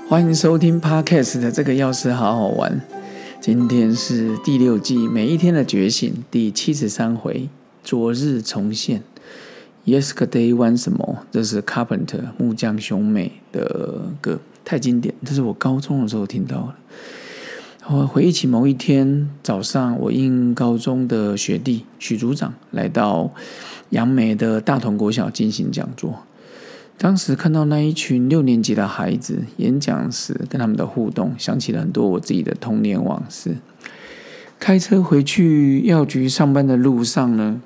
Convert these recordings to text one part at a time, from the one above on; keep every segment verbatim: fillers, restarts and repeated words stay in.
欢迎收听 Podcast 的这个钥匙好好玩。今天是第六季每一天的觉醒第七十三回，昨日重现。Yesterday once more， 这是 Carpenter 木匠兄妹的歌，太经典，这是我高中的时候听到的。我回忆起某一天早上，我应高中的学弟许组长来到杨梅的大同国小进行讲座。当时看到那一群六年级的孩子演讲时跟他们的互动，想起了很多我自己的童年往事。开车回去药局上班的路上呢，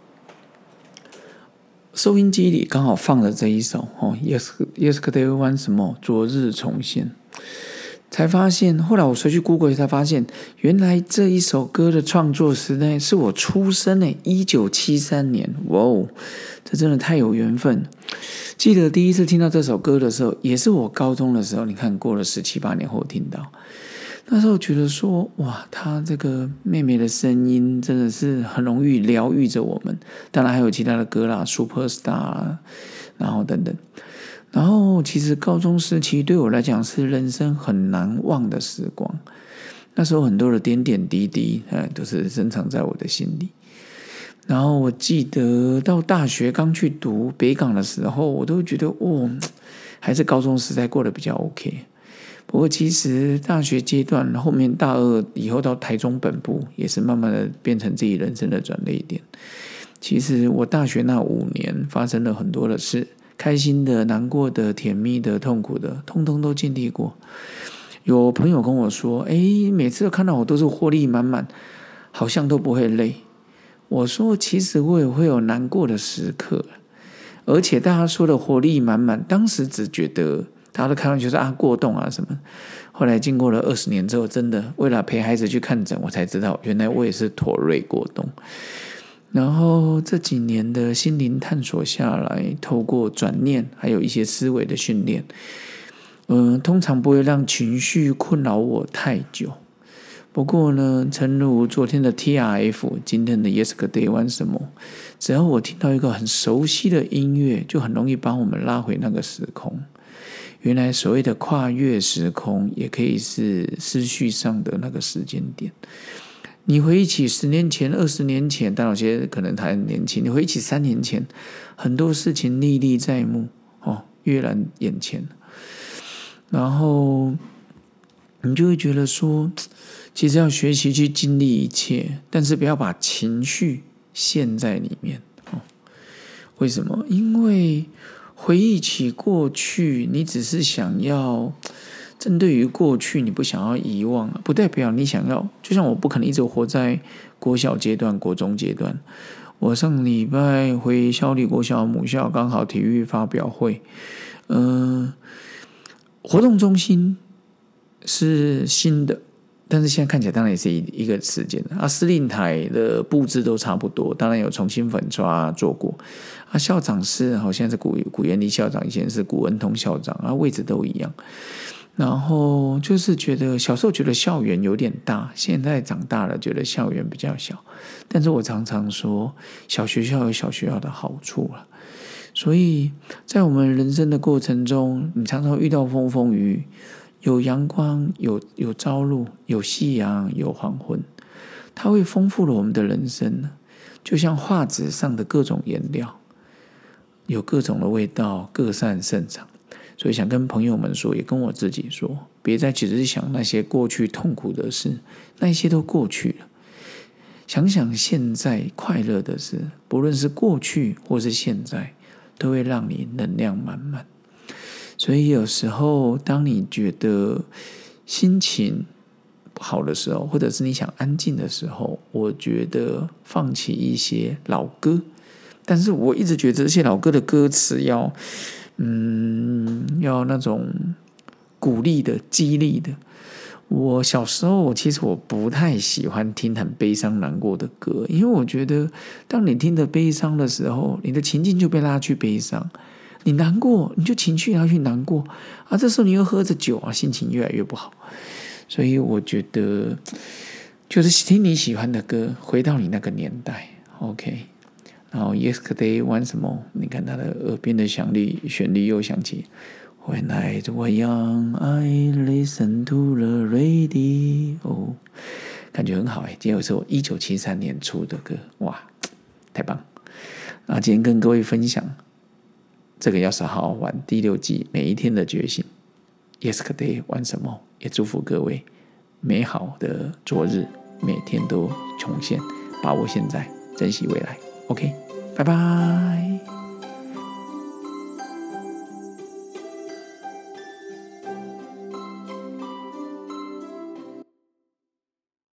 收音机里刚好放了这一首哦 Yesterday once more， 昨日重现。才发现，后来我随去 Google 才发现，原来这一首歌的创作时代是我出生诶一九七三年，哇哦，这真的太有缘分。记得第一次听到这首歌的时候，也是我高中的时候，你看过了十七八年后听到，那时候觉得说，哇，她这个妹妹的声音真的是很容易疗愈着我们。当然还有其他的歌啦 ，Superstar， 然后等等。然后其实高中时期对我来讲是人生很难忘的时光，那时候很多的点点滴滴都是深藏在我的心里。然后我记得到大学刚去读北港的时候，我都觉得哦，还是高中时代过得比较 OK。不过其实大学阶段后面大二以后到台中本部，也是慢慢的变成自己人生的转捩点。其实我大学那五年发生了很多的事，开心的、难过的、甜蜜的、痛苦的，通通都经历过。有朋友跟我说，诶，每次看到我都是活力满满，好像都不会累。我说其实我也会有难过的时刻，而且大家说的活力满满，当时只觉得大家都开玩笑说啊过动啊什么。后来经过了二十年之后，真的为了陪孩子去看诊，我才知道原来我也是妥瑞过动。然后这几年的心灵探索下来，透过转念还有一些思维的训练，嗯、呃，通常不会让情绪困扰我太久。不过呢，诚如昨天的 T R F， 今天的 Yesterday once more， 只要我听到一个很熟悉的音乐，就很容易把我们拉回那个时空。原来所谓的跨越时空，也可以是思绪上的那个时间点。你回忆起十年前、二十年前，但有些可能还很年轻。你回忆起三年前，很多事情历历在目，哦，跃然眼前。然后你就会觉得说，其实要学习去经历一切，但是不要把情绪陷在里面。哦，为什么？因为回忆起过去，你只是想要针对于过去，你不想要遗忘，不代表你想要。就像我不可能一直活在国小阶段、国中阶段。我上礼拜回小里国小母校，刚好体育发表会，嗯、呃，活动中心是新的，但是现在看起来当然也是一个时间啊。司令台的布置都差不多，当然有重新粉刷做过啊。校长是好像是古古元礼校长，以前是古文通校长啊，位置都一样。然后就是觉得小时候觉得校园有点大，现在长大了觉得校园比较小。但是我常常说，小学校有小学校的好处了。所以在我们人生的过程中，你常常遇到风风雨雨，有阳光，有有朝露，有夕阳，有黄昏，它会丰富了我们的人生，就像画纸上的各种颜料，有各种的味道，各擅胜场。所以想跟朋友们说，也跟我自己说，别再只是想那些过去痛苦的事，那些都过去了。想想现在快乐的事，不论是过去或是现在，都会让你能量满满。所以有时候当你觉得心情不好的时候，或者是你想安静的时候，我觉得放弃一些老歌。但是我一直觉得这些老歌的歌词要嗯，要那种鼓励的、激励的。我小时候其实我不太喜欢听很悲伤难过的歌，因为我觉得当你听着悲伤的时候，你的情境就被拉去悲伤。你难过，你就情绪要去难过啊，这时候你又喝着酒啊，心情越来越不好。所以我觉得就是听你喜欢的歌，回到你那个年代 OK。然后 Yesterday once more， 你看他的耳边的响律旋律又响起， When I was young, I listened to the radio。感觉很好哎，今天是我一九七三年出的歌，哇，太棒！那今天跟各位分享这个要是好好玩第六季每一天的觉醒 ，Yesterday 玩什么？也祝福各位美好的昨日，每天都重现，把握现在，珍惜未来。OK， 拜拜。